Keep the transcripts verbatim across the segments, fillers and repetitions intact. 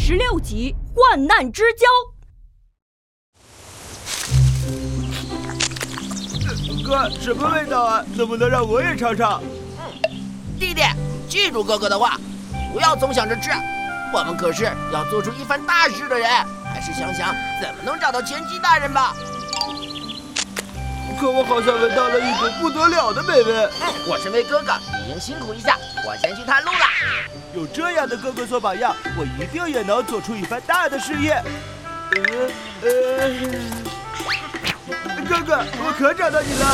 十六集患难之交。 哥，什么味道啊？能不能让我也尝尝？ 嗯，弟弟，记住哥哥的话，不要总想着吃。我们可是要做出一番大事的人，还是想想怎么能找到前妻大人吧。 可我好像闻到了一股不得了的美味。 嗯，我身为哥哥，理应辛苦一下，我先去探路了。 有这样的哥哥做榜样，我一定也能做出一番大的事业。呃呃，哥哥，我可找到你了。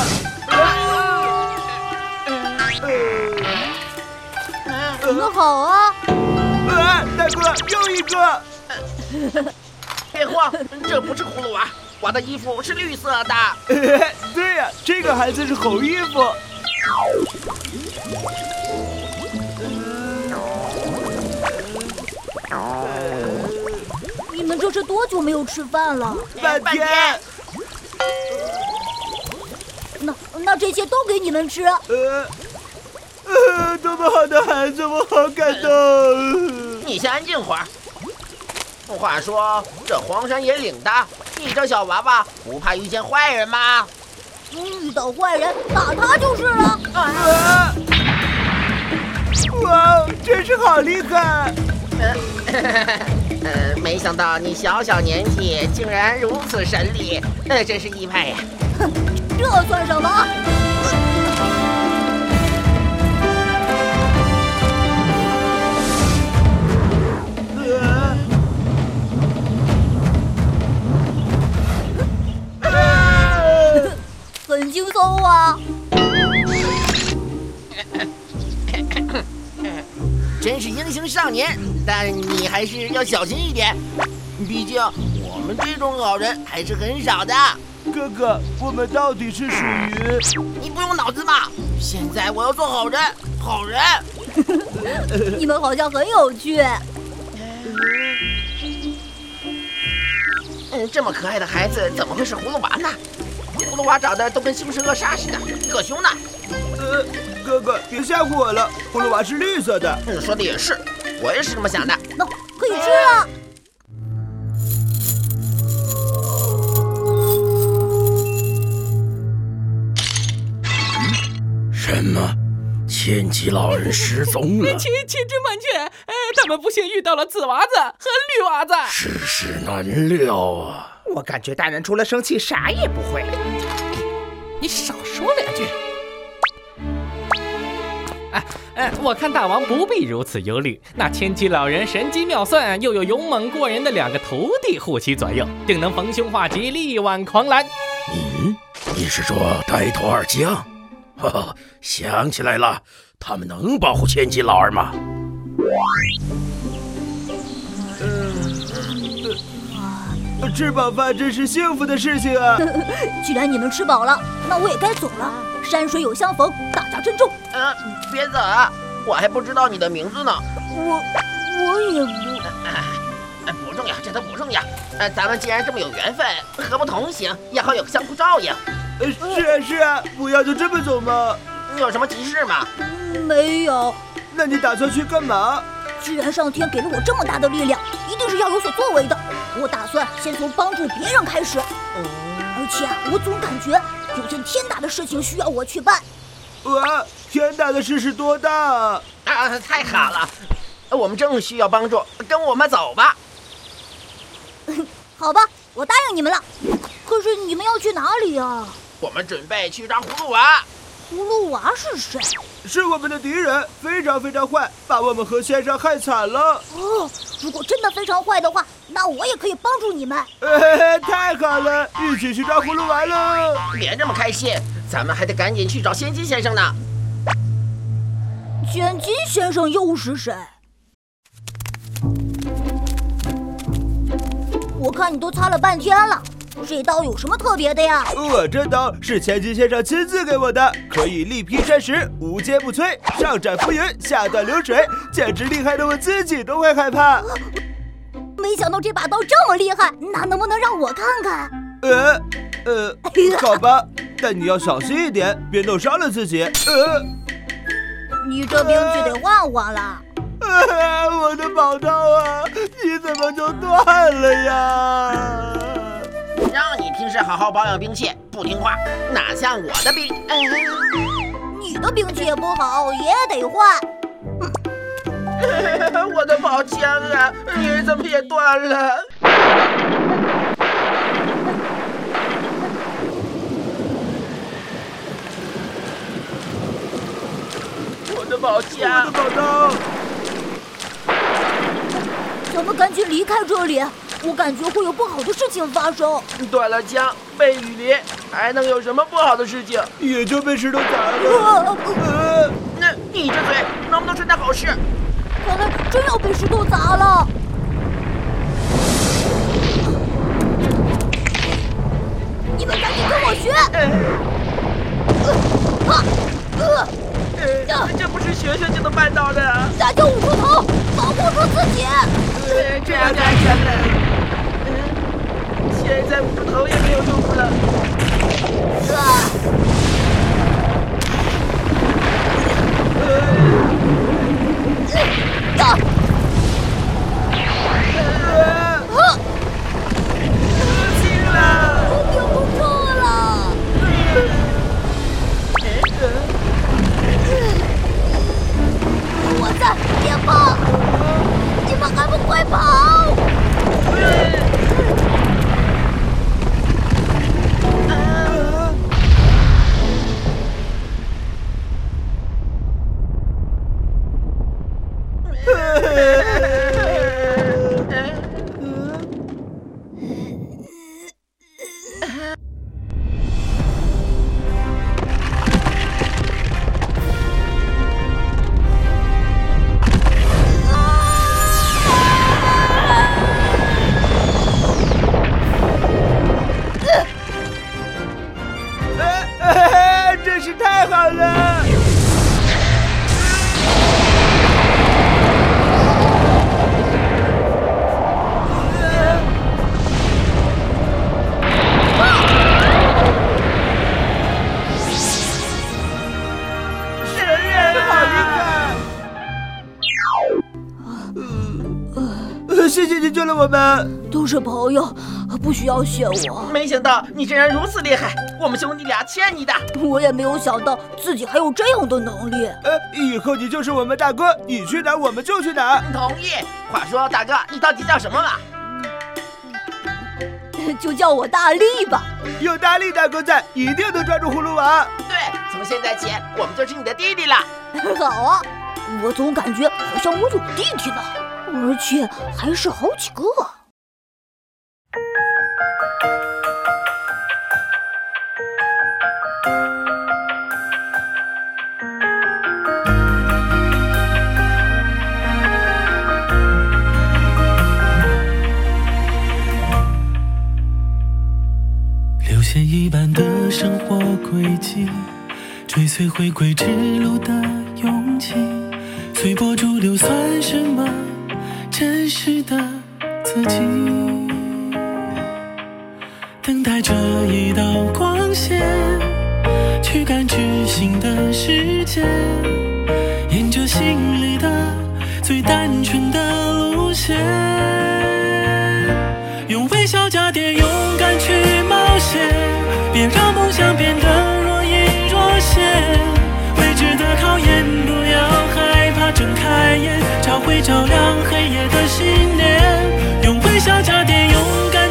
呃，你好啊。 呃，大哥，又一个。 别慌，这不是葫芦娃，娃的衣服是绿色的。 对呀、啊，这个孩子是红衣服。 你们这是多久没有吃饭了？ 半天。 那那这些都给你们吃。 呃，呃，多么好的孩子，我好感动。 你先安静会儿。话说，这荒山野岭的，你这小娃娃不怕遇见坏人吗？ 遇到坏人打他就是了。 啊！哇，真是好厉害！ 呃，没想到你小小年纪竟然如此神力，呃，真是意外呀！ 哼，这算什么？很轻松啊！ 真是英雄少年，但你还是要小心一点，毕竟我们这种好人还是很少的。 哥哥，我们到底是属于…… 你不用脑子嘛！现在我要做好人，好人。 你们好像很有趣。 嗯，这么可爱的孩子怎么会是葫芦娃呢？葫芦娃长得都跟凶神恶煞似的，可凶呢。 呃，哥哥，别吓唬我了，葫芦娃是绿色的。 嗯，说的也是，我也是这么想的。 那、no, 可以吃了。 什么？千吉老人失踪了？ 千千真万确，哎，他们不幸遇到了紫娃子和绿娃子。 世事难料啊！ 我感觉大人除了生气啥也不会。 你少说两句。哎哎，我看大王不必如此忧虑。那千吉老人神机妙算，又有勇猛过人的两个徒弟护其左右，定能逢凶化吉，力挽狂澜。 嗯，你是说呆头二将？哈哈，想起来了，他们能保护千吉老儿吗？ 呃，吃饱饭真是幸福的事情啊！ 既然你们吃饱了，那我也该走了。山水有相逢，大家珍重。 呃，别走啊，我还不知道你的名字呢。 我我也不…… 哎，不重要，这都不重要。呃，咱们既然这么有缘分，何不同行，也好有相互照应。 呃，是啊是啊，不要就这么走吗？ 你有什么急事吗？ 没有。 那你打算去干嘛？ 既然上天给了我这么大的力量，一定是要有所作为的。我打算先从帮助别人开始。嗯，而且我总感觉有件天大的事情需要我去办。 哇，天大的事是多大啊？ 啊，太好了，我们正需要帮助，跟我们走吧。 好吧，我答应你们了。可是你们要去哪里啊？ 我们准备去抓葫芦娃。 葫芦娃是谁？ 是我们的敌人，非常非常坏，把我们和先生害惨了。 哦，如果真的非常坏的话，那我也可以帮助你们。 哎，太好了，一起去抓葫芦娃了！ 别这么开心，咱们还得赶紧去找仙姬先生呢。 仙姬先生又是谁？我看你都擦了半天了。这刀有什么特别的呀？ 我这刀是千吉先生亲自给我的，可以力劈山石，无坚不摧，上斩浮云，下断流水，简直厉害的我自己都会害怕。 没想到这把刀这么厉害，那能不能让我看看？ 呃呃，好吧，但你要小心一点，别弄伤了自己。呃， 你这兵具得换换了。 啊，我的宝刀啊，你怎么就断了呀？ 让你平时好好保养兵器，不听话，哪像我的兵？哎、 你的兵器也不好，也得换。 我的宝枪啊，你怎么也断了？我的宝枪， 我的宝刀！ 咱们赶紧离开这里，我感觉会有不好的事情发生。 断了枪，被雨淋，还能有什么不好的事情？ 也就被石头砸了。呃， 那你这嘴能不能说点好事？ 看来真要被石头砸了。你们赶紧跟我学！呃啊呃呃，这不是学学就能办到的。 大家捂住头，保护住自己。 呃，这样干起来，嗯，现在捂住头也没有用了。 啊！啊！啊！ 不行了， 我顶不住了。我在，别跑！你们还不快跑！ 真是太好了！神人，好厉害！呃，谢谢你救了我们。 都是朋友，不需要谢我。 没想到你竟然如此厉害，我们兄弟俩欠你的。 我也没有想到自己还有这样的能力。 呃，以后你就是我们大哥，你去哪儿我们就去哪儿。 同意。话说大哥，你到底叫什么嘛？ 就叫我大力吧。 有大力大哥在，一定能抓住葫芦娃。 对，从现在起我们就是你的弟弟了。 好啊，我总感觉好像我有弟弟呢，而且还是好几个。 流线一般的生活轨迹，追随回归之路的勇气，随波逐流算什么真实的自己？等待着一道光线，去感知新的世界，沿着心里的最单纯的路线，用微笑加点勇敢去冒险，别让梦想变得若隐若现。未知的考验，不要害怕，睁开眼，找回照亮黑夜的信念。用微笑加点勇敢